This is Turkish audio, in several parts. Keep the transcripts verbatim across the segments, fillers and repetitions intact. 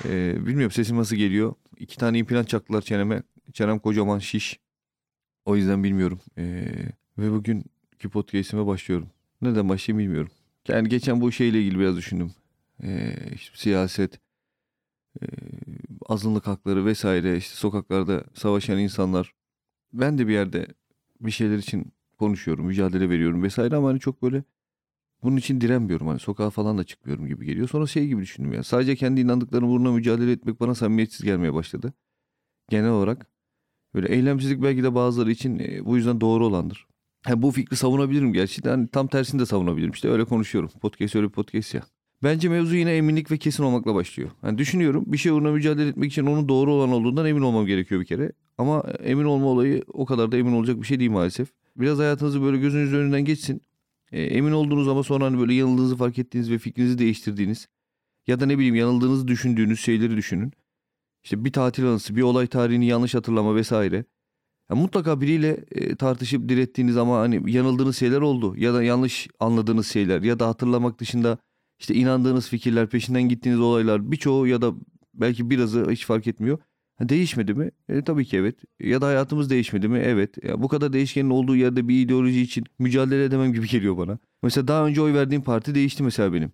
Ee, bilmiyorum sesim nasıl geliyor. İki tane implant çaktılar çeneme. Çenem kocaman şiş. O yüzden bilmiyorum. Ee, ve bugünkü podcast'ime başlıyorum. Neden başlayayım bilmiyorum. Yani geçen bu şeyle ilgili biraz düşündüm. Ee, işte siyaset, e, azınlık hakları vesaire, işte sokaklarda savaşan insanlar. Ben de bir yerde bir şeyler için konuşuyorum, mücadele veriyorum vesaire ama hani çok böyle bunun için direnmiyorum. Hani sokağa falan da çıkmıyorum gibi geliyor. Sonra şey gibi düşündüm ya. Sadece kendi inandıklarım uğruna mücadele etmek bana samimiyetsiz gelmeye başladı. Genel olarak. Böyle eylemsizlik belki de bazıları için e, bu yüzden doğru olandır. Ha, bu fikri savunabilirim gerçi de hani tam tersini de savunabilirim. İşte öyle konuşuyorum. Podcast öyle bir podcast ya. Bence mevzu yine eminlik ve kesin olmakla başlıyor. Hani düşünüyorum bir şey uğruna mücadele etmek için onun doğru olan olduğundan emin olmam gerekiyor bir kere. Ama emin olma olayı o kadar da emin olacak bir şey değil maalesef. Biraz hayatınızı böyle gözünüzün önünden geçsin. E, emin olduğunuz ama sonra hani böyle yanıldığınızı fark ettiğiniz ve fikrinizi değiştirdiğiniz ya da ne bileyim yanıldığınızı düşündüğünüz şeyleri düşünün. İşte bir tatil anısı, bir olay tarihini yanlış hatırlama vesaire. Ya mutlaka biriyle e, tartışıp direttiğiniz ama hani yanıldığınız şeyler oldu ya da yanlış anladığınız şeyler ya da hatırlamak dışında işte inandığınız fikirler, peşinden gittiğiniz olaylar birçoğu ya da belki birazı hiç fark etmiyor. Ha, değişmedi mi? E, tabii ki evet. Ya da hayatımız değişmedi mi? Evet. Ya bu kadar değişkenin olduğu yerde bir ideoloji için mücadele edemem gibi geliyor bana. Mesela daha önce oy verdiğim parti değişti mesela benim.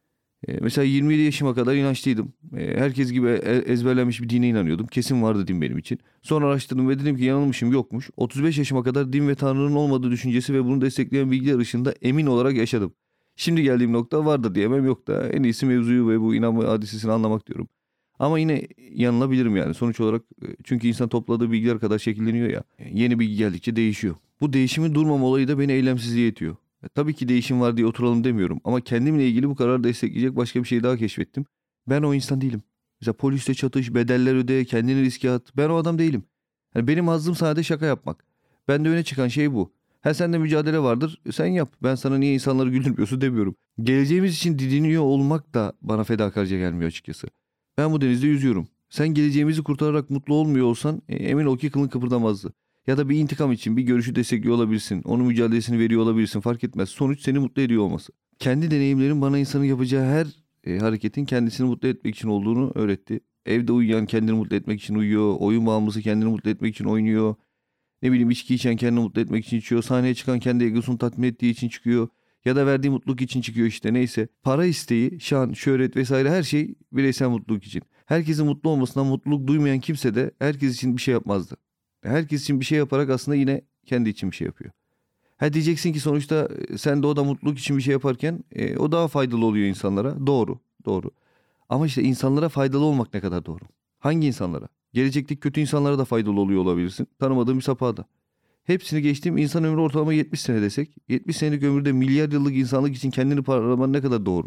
E, mesela yirmi yedi yaşıma kadar inançlıydım. E, herkes gibi e- ezberlenmiş bir dine inanıyordum. Kesin vardı din benim için. Sonra araştırdım ve dedim ki yanılmışım yokmuş. otuz beş yaşıma kadar din ve Tanrı'nın olmadığı düşüncesi ve bunu destekleyen bilgiler ışığında emin olarak yaşadım. Şimdi geldiğim nokta var da diyemem yok da en iyisi mevzuyu ve bu inanma hadisesini anlamak diyorum. Ama yine yanılabilirim yani sonuç olarak e, çünkü insan topladığı bilgiler kadar şekilleniyor ya. E, Yeni bilgi geldikçe değişiyor. Bu değişimin durmama olayı da beni eylemsizliğe itiyor. E, tabii ki değişim var diye oturalım demiyorum ama kendimle ilgili bu kararı destekleyecek başka bir şey daha keşfettim. Ben o insan değilim. Mesela polisle çatış, bedeller öde, kendini riske at. Ben o adam değilim. Yani benim hazzım sadece şaka yapmak. Bende öne çıkan şey bu. Ha sende mücadele vardır, sen yap. Ben sana niye insanları güldürmüyorsun demiyorum. Geleceğimiz için didiniyor olmak da bana fedakarca gelmiyor açıkçası. Ben bu denizde yüzüyorum. Sen geleceğimizi kurtararak mutlu olmuyor olsan e, emin ol ki kılın kıpırdamazdı. Ya da bir intikam için bir görüşü destekliyor olabilirsin. Onun mücadelesini veriyor olabilirsin fark etmez. Sonuç seni mutlu ediyor olması. Kendi deneyimlerin bana insanın yapacağı her e, hareketin kendisini mutlu etmek için olduğunu öğretti. Evde uyuyan kendini mutlu etmek için uyuyor. Oyun bağımlısı kendini mutlu etmek için oynuyor. Ne bileyim içki içen kendini mutlu etmek için içiyor. Sahneye çıkan kendi egosunu tatmin ettiği için çıkıyor. Ya da verdiği mutluluk için çıkıyor işte neyse. Para isteği, şan, şöhret vesaire her şey bireysel mutluluk için. Herkesin mutlu olmasından mutluluk duymayan kimse de herkes için bir şey yapmazdı. Herkes için bir şey yaparak aslında yine kendi için bir şey yapıyor. Ha diyeceksin ki sonuçta e, sen de o da mutluluk için bir şey yaparken e, o daha faydalı oluyor insanlara. Doğru, doğru. Ama işte insanlara faydalı olmak ne kadar doğru? Hangi insanlara? Gelecekteki kötü insanlara da faydalı oluyor olabilirsin. Tanımadığım bir sapığa da. Hepsini geçtiğim insan ömrü ortalama yetmiş sene desek. yetmiş senelik ömürde milyar yıllık insanlık için kendini paralaman ne kadar doğru?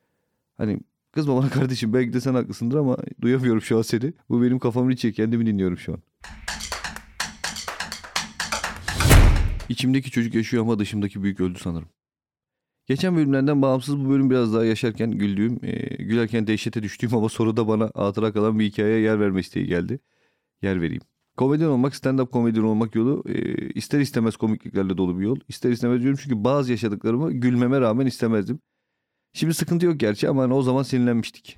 Hani kızma bana kardeşim belki de sen haklısındır ama duyamıyorum şu an seni. Bu benim kafamın içi. Kendimi dinliyorum şu an. İçimdeki çocuk yaşıyor ama dışımdaki büyük öldü sanırım. Geçen bölümlerden bağımsız bu bölüm biraz daha yaşarken güldüğüm, e, gülerken dehşete düştüğüm ama soruda bana hatıra kalan bir hikayeye yer verme isteği geldi. Yer vereyim. Komedyen olmak, stand-up komedyen olmak yolu e, ister istemez komikliklerle dolu bir yol. İster istemez diyorum çünkü bazı yaşadıklarımı gülmeme rağmen istemezdim. Şimdi sıkıntı yok gerçi ama hani o zaman sinirlenmiştik.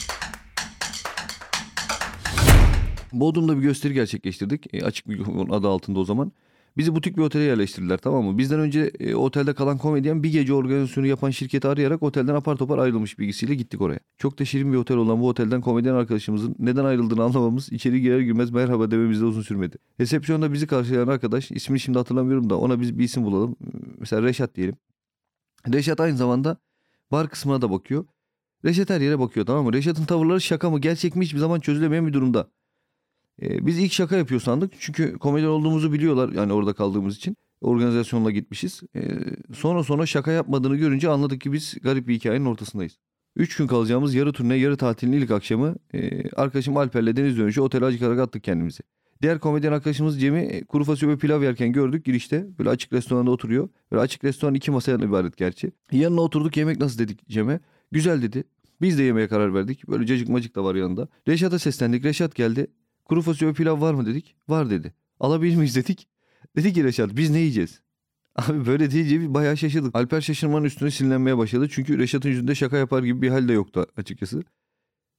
Bodrum'da bir gösteri gerçekleştirdik. E, açık mikrofon adı altında o zaman. Bizi butik bir otele yerleştirdiler tamam mı? Bizden önce e, otelde kalan komedyen bir gece organizasyonu yapan şirketi arayarak otelden apar topar ayrılmış bilgisiyle gittik oraya. Çok da şirin bir otel olan bu otelden komedyen arkadaşımızın neden ayrıldığını anlamamız içeri girer girmez merhaba dememizde uzun sürmedi. Resepsiyonda bizi karşılayan arkadaş ismini şimdi hatırlamıyorum da ona biz bir isim bulalım. Mesela Reşat diyelim. Reşat aynı zamanda bar kısmına da bakıyor. Reşat her yere bakıyor tamam mı? Reşat'ın tavırları şaka mı gerçek mi hiçbir zaman çözülemeyen bir durumda. Ee, biz ilk şaka yapıyor sandık. Çünkü komedyen olduğumuzu biliyorlar yani orada kaldığımız için. Organizasyonla gitmişiz. Ee, sonra sonra şaka yapmadığını görünce anladık ki biz garip bir hikayenin ortasındayız. Üç gün kalacağımız yarı turne yarı tatilin ilk akşamı e, arkadaşım Alper'le deniz dönüşü otele acıkarak attık kendimizi. Diğer komedyen arkadaşımız Cem'i e, kuru fasulye ve pilav yerken gördük girişte. Böyle açık restoranda oturuyor. Böyle açık restoran iki masadan ibaret gerçi. Yanına oturduk yemek nasıl dedik Cem'e. Güzel dedi. Biz de yemeye karar verdik. Böyle cacık macık da var yanında. Reşat'a seslendik. Reşat geldi. Kuru fasulye pilav var mı dedik. Var dedi. Alabilir miyiz dedik. Dedi ki Reşat biz ne yiyeceğiz? Abi böyle deyince bir bayağı şaşırdık. Alper şaşırmanın üstüne sinirlenmeye başladı. Çünkü Reşat'ın yüzünde şaka yapar gibi bir hal de yoktu açıkçası.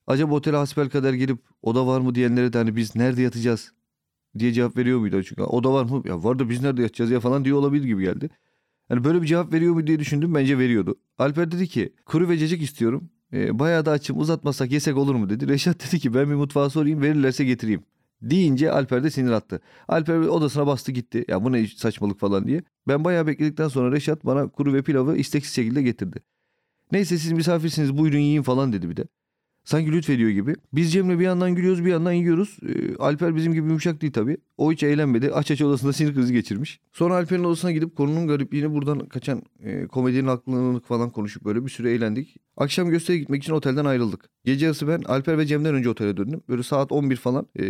Acaba otele hasbelkader gelip oda var mı diyenlere de hani biz nerede yatacağız diye cevap veriyor muydu? Çünkü oda var mı? Ya var da biz nerede yatacağız ya falan diyor olabilir gibi geldi. Hani böyle bir cevap veriyor mu diye düşündüm. Bence veriyordu. Alper dedi ki kuru ve cacık istiyorum. E, bayağı da açım, uzatmasak yesek olur mu dedi. Reşat dedi ki ben bir mutfağa sorayım, verirlerse getireyim. Deyince Alper de sinir attı. Alper odasına bastı gitti. Ya bu ne saçmalık falan diye. Ben bayağı bekledikten sonra Reşat bana kuru ve pilavı isteksiz şekilde getirdi. Neyse siz misafirsiniz, buyurun yiyin falan dedi bir de. Sanki lütfediyor gibi. Biz Cem'le bir yandan gülüyoruz, bir yandan yiyoruz. Ee, Alper bizim gibi yumuşak değil tabii. O hiç eğlenmedi. Aç aç odasında sinir krizi geçirmiş. Sonra Alper'in odasına gidip konunun garipliğini, buradan kaçan e, komedinin aklını falan konuşup böyle bir süre eğlendik. Akşam gösteriye gitmek için otelden ayrıldık. Gece yarısı ben Alper ve Cem'den önce otele döndüm. Böyle saat on bir falan. Ee,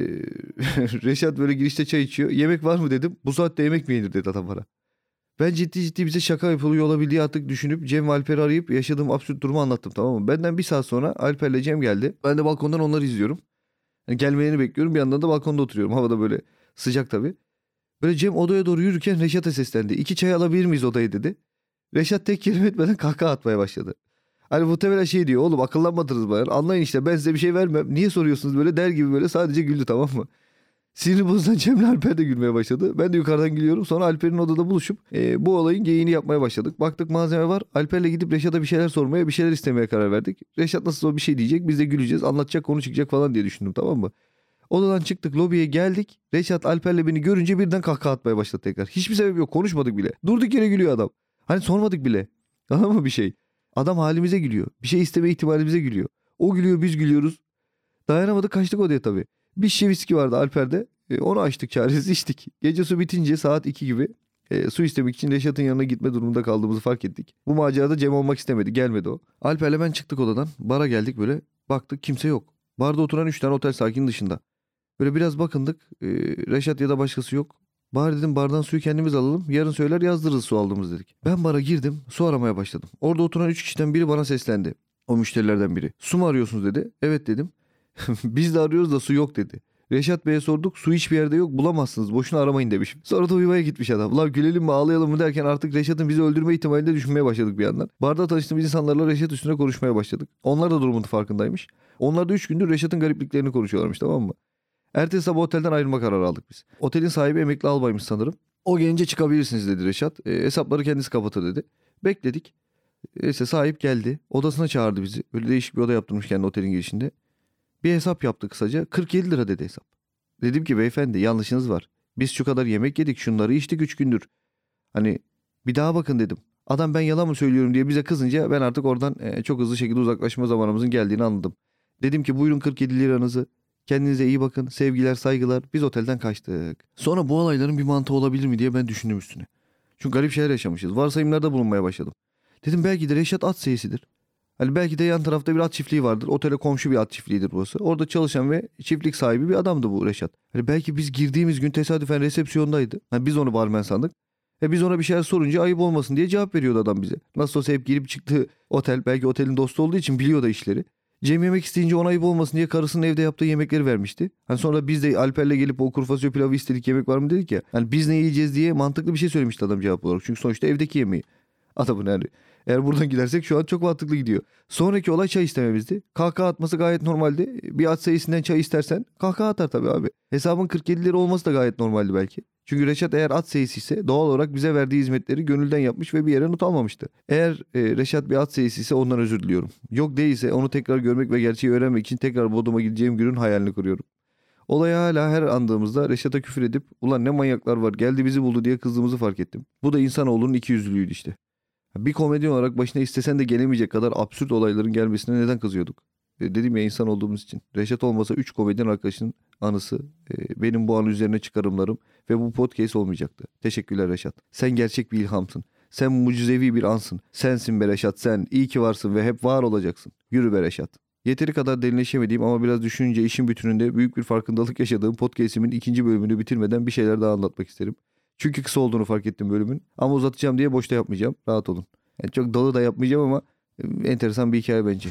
Reşat böyle girişte çay içiyor. Yemek var mı dedim. Bu saatte yemek mi yenir dedi adam bana. Ben ciddi ciddi bize şaka yapılıyor olabildiği artık düşünüp Cem ve Alper'i arayıp yaşadığım absürt durumu anlattım, tamam mı? Benden bir saat sonra Alper'le Cem geldi. Ben de balkondan onları izliyorum. Yani gelmelerini bekliyorum. Bir yandan da balkonda oturuyorum. Havada böyle sıcak tabii. Böyle Cem odaya doğru yürürken Reşat'a seslendi. İki çay alabilir miyiz odayı dedi. Reşat tek kelime etmeden kahkaha atmaya başladı. Hani muhtemelen şey diyor. Oğlum akıllanmadınız bana. Anlayın işte, ben size bir şey vermem. Niye soruyorsunuz böyle der gibi, böyle sadece güldü, tamam mı? Sinir bozulan Cem'le Alper de gülmeye başladı. Ben de yukarıdan gülüyorum. Sonra Alper'in odada buluşup e, bu olayın geyiğini yapmaya başladık. Baktık malzeme var. Alper'le gidip Reşat'a bir şeyler sormaya, bir şeyler istemeye karar verdik. Reşat nasıl o bir şey diyecek, biz de güleceğiz, anlatacak, konu çıkacak falan diye düşündüm, tamam mı? Odadan çıktık, lobiye geldik. Reşat Alper'le beni görünce birden kahkaha atmaya başladı tekrar. Hiçbir sebep yok, konuşmadık bile. Durduk yere gülüyor adam. Hani sormadık bile. Anladın mı bir şey? Adam halimize gülüyor. Bir şey isteme ihtimalimize gülüyor. O gülüyor, biz gülüyoruz. Dayanamadık, kaçtık odaya tabii. Bir şişe viski vardı Alper'de. E, onu açtık, çaresiz içtik. Gece su bitince saat iki gibi e, su istemek için Reşat'ın yanına gitme durumunda kaldığımızı fark ettik. Bu macerada Cem olmak istemedi. Gelmedi o. Alper'le ben çıktık odadan. Bara geldik böyle. Baktık kimse yok. Barda oturan üç tane otel sakini dışında. Böyle biraz bakındık. E, Reşat ya da başkası yok. Bari dedim bardan suyu kendimiz alalım. Yarın söyler yazdırırız su aldığımız dedik. Ben bara girdim. Su aramaya başladım. Orada oturan üç kişiden biri bana seslendi. O müşterilerden biri. Su mu arıyorsunuz dedi. Evet dedim. Biz de arıyoruz da su yok dedi. Reşat Bey'e sorduk, su hiçbir yerde yok, bulamazsınız, boşuna aramayın demişim. Sonra da uyumaya gitmiş adam. Ulan gülelim mi ağlayalım mı derken artık Reşat'ın bizi öldürme ihtimalini de düşünmeye başladık bir yandan. Barda tanıştığımız insanlarla Reşat üstüne konuşmaya başladık. Onlar da durumun farkındaymış. Onlar da üç gündür Reşat'ın garipliklerini konuşuyorlarmış, tamam mı? Ertesi sabah otelden ayrılma kararı aldık biz. Otelin sahibi emekli albaymış sanırım. O gelince çıkabilirsiniz dedi Reşat. E, hesapları kendisi kapatır dedi. Bekledik. Neyse sahip geldi. Odasına çağırdı bizi. Böyle değişik bir oda yaptırmış kendi otelin girişinde. Bir hesap yaptı kısaca. kırk yedi lira dedi hesap. Dedim ki beyefendi yanlışınız var. Biz şu kadar yemek yedik, şunları içtik üç gündür. Hani bir daha bakın dedim. Adam ben yalan mı söylüyorum diye bize kızınca ben artık oradan e, çok hızlı şekilde uzaklaşma zamanımızın geldiğini anladım. Dedim ki buyurun kırk yedi liranızı. Kendinize iyi bakın. Sevgiler, saygılar. Biz otelden kaçtık. Sonra bu olayların bir mantığı olabilir mi diye ben düşündüm üstüne. Çünkü garip şeyler yaşamışız. Varsayımlarda bulunmaya başladım. Dedim belki de Reşat at seyisidir. Hani belki de yan tarafta bir at çiftliği vardır. Otele komşu bir at çiftliğidir burası. Orada çalışan ve çiftlik sahibi bir adamdı bu Reşat. Hani belki biz girdiğimiz gün tesadüfen resepsiyondaydı. Hani biz onu barmen sandık. E biz ona bir şeyler sorunca ayıp olmasın diye cevap veriyordu adam bize. Nasıl olsa hep girip çıktığı otel, belki otelin dostu olduğu için biliyor da işleri. Cem yemek isteyince ona ayıp olmasın diye karısının evde yaptığı yemekleri vermişti. Hani sonra biz de Alper'le gelip o kuru fasulye pilavı istedik, yemek var mı dedik ya. Hani biz ne yiyeceğiz diye mantıklı bir şey söylemişti adam cevap olarak. Çünkü sonuçta evdeki yemeği. Adamın yani. Eğer buradan gidersek şu an çok mantıklı gidiyor. Sonraki olay çay istememizdi. Kahkaha atması gayet normaldi. Bir at sayısından çay istersen kahkaha atar tabii abi. Hesabın kırk yedi lira olması da gayet normaldi belki. Çünkü Reşat eğer at sayısı ise doğal olarak bize verdiği hizmetleri gönülden yapmış ve bir yere not almamıştı. Eğer e, Reşat bir at sayısı ise ondan özür diliyorum. Yok değilse onu tekrar görmek ve gerçeği öğrenmek için tekrar Bodrum'a gideceğim günün hayalini kuruyorum. Olayı hala her andığımızda Reşat'a küfür edip ulan ne manyaklar var geldi bizi buldu diye kızdığımızı fark ettim. Bu da insanoğlunun ikiyüzlülüğüydü işte. Bir komedyen olarak başına istesen de gelemeyecek kadar absürt olayların gelmesine neden kızıyorduk? E, dedim ya insan olduğumuz için. Reşat olmasa üç komedyen arkadaşının anısı, e, benim bu an üzerine çıkarımlarım ve bu podcast olmayacaktı. Teşekkürler Reşat. Sen gerçek bir ilhamsın. Sen mucizevi bir ansın. Sensin be Reşat sen. İyi ki varsın ve hep var olacaksın. Yürü be Reşat. Yeteri kadar derinleşemediğim ama biraz düşününce işin bütününde büyük bir farkındalık yaşadığım podcast'imin ikinci bölümünü bitirmeden bir şeyler daha anlatmak isterim. Çünkü kısa olduğunu fark ettim bölümün. Ama uzatacağım diye boşta yapmayacağım. Rahat olun. Yani çok dolu da yapmayacağım ama enteresan bir hikaye bence.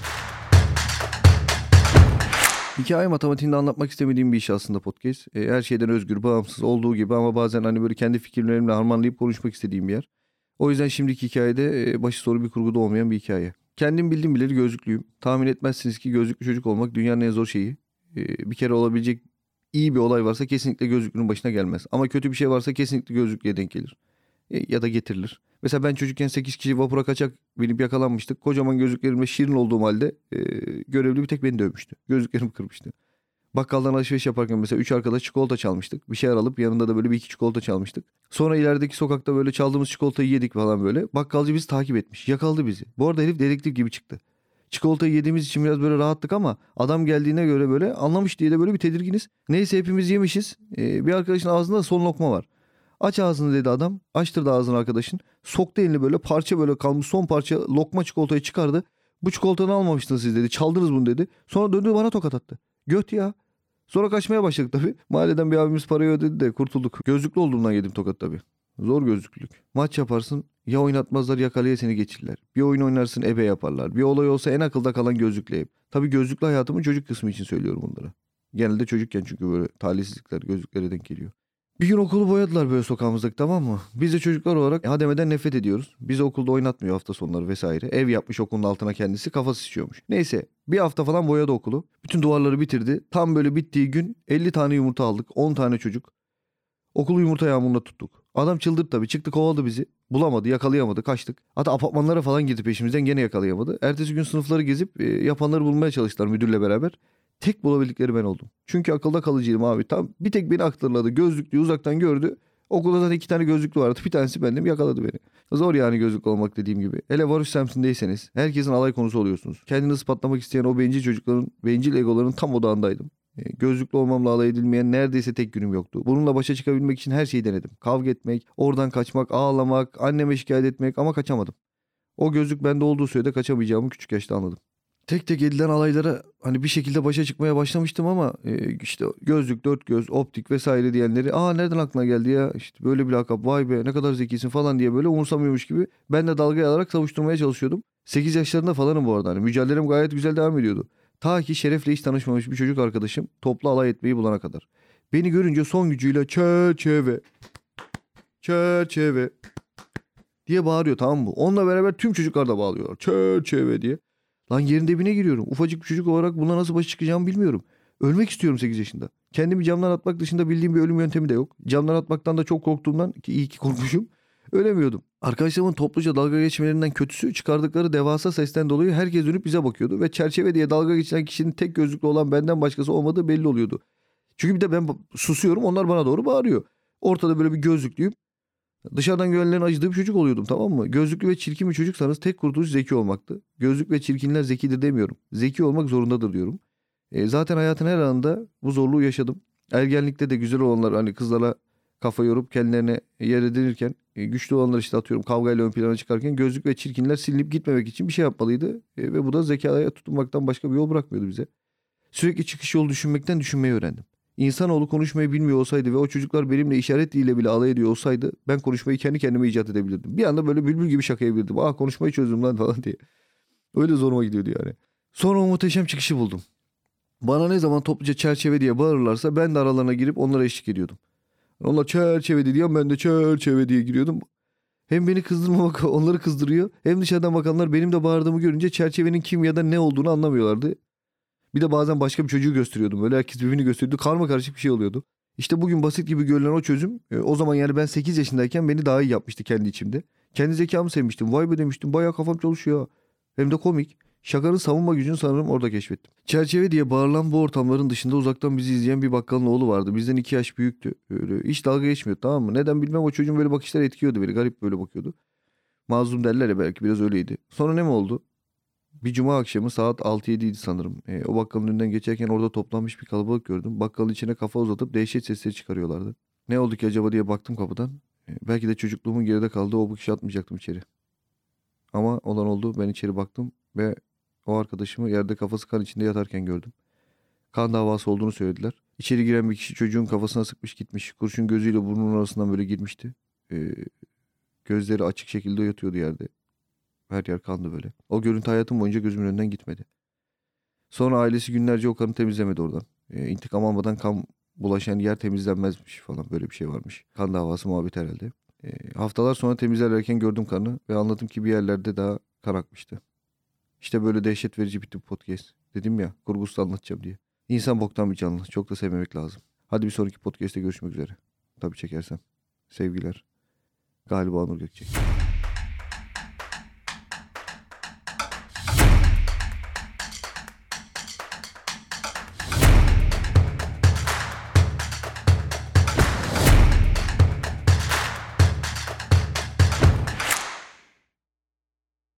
Hikaye matematiğinde anlatmak istemediğim bir iş aslında podcast. E, her şeyden özgür, bağımsız olduğu gibi ama bazen hani böyle kendi fikirlerimle harmanlayıp konuşmak istediğim bir yer. O yüzden şimdiki hikayede e, başı soru bir kurguda olmayan bir hikaye. Kendim bildiğim bileli gözlüklüyüm. Tahmin etmezsiniz ki gözlüklü çocuk olmak dünyanın en zor şeyi. Ee, bir kere olabilecek iyi bir olay varsa kesinlikle gözlüklünün başına gelmez. Ama kötü bir şey varsa kesinlikle gözlüklüye denk gelir. E, ya da getirilir. Mesela ben çocukken sekiz kişi vapura kaçak binip yakalanmıştık. Kocaman gözlüklerimle şirin olduğum halde e, görevli bir tek beni dövmüştü. Gözlüklerimi kırmıştı. Bakkaldan alışveriş yaparken mesela üç arkadaş çikolata çalmıştık. Bir şeyler alıp yanında da böyle bir iki çikolata çalmıştık. Sonra ilerideki sokakta böyle çaldığımız çikolatayı yedik falan böyle. Bakkalcı bizi takip etmiş. Yakaladı bizi. Bu arada herif dedektif gibi çıktı. Çikolatayı yediğimiz için biraz böyle rahattık ama adam geldiğine göre böyle anlamış diye de böyle bir tedirginiz. Neyse hepimiz yemişiz. Ee, bir arkadaşın ağzında son lokma var. Aç ağzını dedi adam. Açtırdı ağzını arkadaşın. Soktu elini böyle parça böyle kalmış son parça lokma çikolatayı çıkardı. Bu çikolatanı almamıştınız siz dedi. Çaldınız bunu dedi. Sonra döndü bana tokat attı. Göt ya. Sonra kaçmaya başladık tabii. Mahalleden bir abimiz parayı ödedi de kurtulduk. Gözlüklü olduğumdan yedim tokat tabii. Zor gözlüklülük. Maç yaparsın ya oynatmazlar ya kaleye seni geçirirler. Bir oyun oynarsın ebe yaparlar. Bir olay olsa en akılda kalan gözlüklü hep. Tabii gözlüklü hayatımın çocuk kısmı için söylüyorum bunları. Genelde çocukken çünkü böyle talihsizlikler gözlüklere denk geliyor. Bir gün okulu boyadılar böyle sokağımızdaki, tamam mı? Biz de çocuklar olarak hademeden nefret ediyoruz. Bizi okulda oynatmıyor hafta sonları vesaire. Ev yapmış okulun altına kendisi, kafası şişiyormuş. Neyse bir hafta falan boyadı okulu. Bütün duvarları bitirdi. Tam böyle bittiği gün elli tane yumurta aldık. on tane çocuk. Okulu yumurta yağmuruna tuttuk. Adam çıldırdı tabii. Çıktı kovaladı bizi. Bulamadı, yakalayamadı, kaçtık. Hatta apartmanlara falan girdi peşimizden, gene yakalayamadı. Ertesi gün sınıfları gezip e, yapanları bulmaya çalıştılar müdürle beraber. Tek bulabildikleri ben oldum. Çünkü akılda kalıcıydım abi. Tam bir tek beni aktarladı. Gözlüklüyü uzaktan gördü. Okulda zaten iki tane gözlüklü vardı. Bir tanesi bendim, yakaladı beni. Zor yani gözlüklü olmak dediğim gibi. Hele varoş semtindeyseniz herkesin alay konusu oluyorsunuz. Kendini ispatlamak isteyen o bencil çocukların, bencil egoların tam odağındaydım. E, Gözlüklü olmamla alay edilmeyen neredeyse tek günüm yoktu. Bununla başa çıkabilmek için her şeyi denedim. Kavga etmek, oradan kaçmak, ağlamak, anneme şikayet etmek ama kaçamadım. O gözlük bende olduğu sürede kaçamayacağımı küçük yaşta anladım. Tek tek edilen alaylara hani bir şekilde başa çıkmaya başlamıştım ama e, işte gözlük, dört göz, optik vesaire diyenleri aa nereden aklına geldi ya, işte böyle bir lakap, vay be ne kadar zekisin falan diye böyle umursamıyormuş gibi ben de dalgaya alarak savuşturmaya çalışıyordum. sekiz yaşlarında falanım bu arada, hani mücadelem gayet güzel devam ediyordu. Ta ki Şeref'le hiç tanışmamış bir çocuk arkadaşım toplu alay etmeyi bulana kadar. Beni görünce son gücüyle çerçeve, çerçeve diye bağırıyor, tamam mı? Onunla beraber tüm çocuklar da bağırıyorlar. Çerçeve diye. Lan yerin dibine giriyorum. Ufacık bir çocuk olarak bundan nasıl başa çıkacağımı bilmiyorum. Ölmek istiyorum sekiz yaşında. Kendimi camdan atmak dışında bildiğim bir ölüm yöntemi de yok. Camdan atmaktan da çok korktuğumdan, ki iyi ki korkmuşum, ölemiyordum. Arkadaşlarımın topluca dalga geçmelerinden kötüsü, çıkardıkları devasa sesten dolayı herkes dönüp bize bakıyordu. Ve çerçeve diye dalga geçilen kişinin tek gözlüklü olan benden başkası olmadığı belli oluyordu. Çünkü bir de ben susuyorum, onlar bana doğru bağırıyor. Ortada böyle bir gözlüklüyüm. Dışarıdan görenlerin acıdığı bir çocuk oluyordum, tamam mı? Gözlüklü ve çirkin bir çocuksanız tek kurtuluş zeki olmaktı. Gözlük ve çirkinler zekidir demiyorum. Zeki olmak zorundadır diyorum. E, zaten hayatın her anında bu zorluğu yaşadım. Ergenlikte de güzel olanlar hani kızlara kafa yorup kendilerine yer edinirken, e, güçlü olanlar işte atıyorum kavgayla ön plana çıkarken gözlük ve çirkinler silinip gitmemek için bir şey yapmalıydı. E, ve bu da zekaya tutunmaktan başka bir yol bırakmıyordu bize. Sürekli çıkış yolu düşünmekten düşünmeyi öğrendim. İnsanoğlu konuşmayı bilmiyor olsaydı ve o çocuklar benimle işaret diliyle bile alay ediyor olsaydı ben konuşmayı kendi kendime icat edebilirdim. Bir anda böyle bülbül gibi şaka yapabilirdim. Aa konuşmayı çözdüm lan falan diye. Öyle zoruma gidiyordu yani. Sonra o muhteşem çıkışı buldum. Bana ne zaman topluca çerçeve diye bağırırlarsa ben de aralarına girip onlara eşlik ediyordum. Onlar çerçeve diyor, ben de çerçeve diye giriyordum. Hem beni kızdırmamak onları kızdırıyor, hem dışarıdan bakanlar benim de bağırdığımı görünce çerçevenin kim ya da ne olduğunu anlamıyorlardı. Bir de bazen başka bir çocuğu gösteriyordum. Böyle herkes birbirini gösteriyordu. Karma karışık bir şey oluyordu. İşte bugün basit gibi görülen o çözüm e, o zaman yani ben sekiz yaşındayken beni daha iyi yapmıştı kendi içimde. Kendi zekamı sevmiştim. Vay be demiştim. Bayağı kafam çalışıyor. Hem de komik. Şakanın savunma gücünü sanırım orada keşfettim. Çerçeve diye bağırılan bu ortamların dışında uzaktan bizi izleyen bir bakkalın oğlu vardı. Bizden iki yaş büyüktü. Öyle hiç dalga geçmiyordu, tamam mı? Neden bilmem, o çocuğun böyle bakışları etkiyordu beni. Garip böyle bakıyordu. Mazlum derler ya, belki biraz öyleydi. Sonra ne mi oldu? Bir cuma akşamı saat altı yedi idi sanırım. E, o bakkalın önünden geçerken orada toplanmış bir kalabalık gördüm. Bakkalın içine kafa uzatıp dehşet sesleri çıkarıyorlardı. Ne oldu ki acaba diye baktım kapıdan. E, belki de çocukluğumun geride kaldığı o bakışı atmayacaktım içeri. Ama olan oldu, ben içeri baktım ve o arkadaşımı yerde kafası kan içinde yatarken gördüm. Kan davası olduğunu söylediler. İçeri giren bir kişi çocuğun kafasına sıkmış gitmiş. Kurşun gözüyle burnunun arasından böyle girmişti. E, gözleri açık şekilde yatıyordu yerde. Her yer kandı böyle. O görüntü hayatım boyunca gözümün önünden gitmedi. Sonra ailesi günlerce o kanı temizlemedi oradan. E, intikam almadan kan bulaşan yer temizlenmezmiş falan, böyle bir şey varmış. Kan davası muhabbet herhalde. E, haftalar sonra temizlerken gördüm kanı ve anladım ki bir yerlerde daha kan akmıştı. İşte böyle dehşet verici bitti bu podcast. Dedim ya kurgusuz anlatacağım diye. İnsan boktan bir canlı. Çok da sevmemek lazım. Hadi bir sonraki podcast'te görüşmek üzere. Tabii çekersem. Sevgiler. Galiba Onur Gökçek.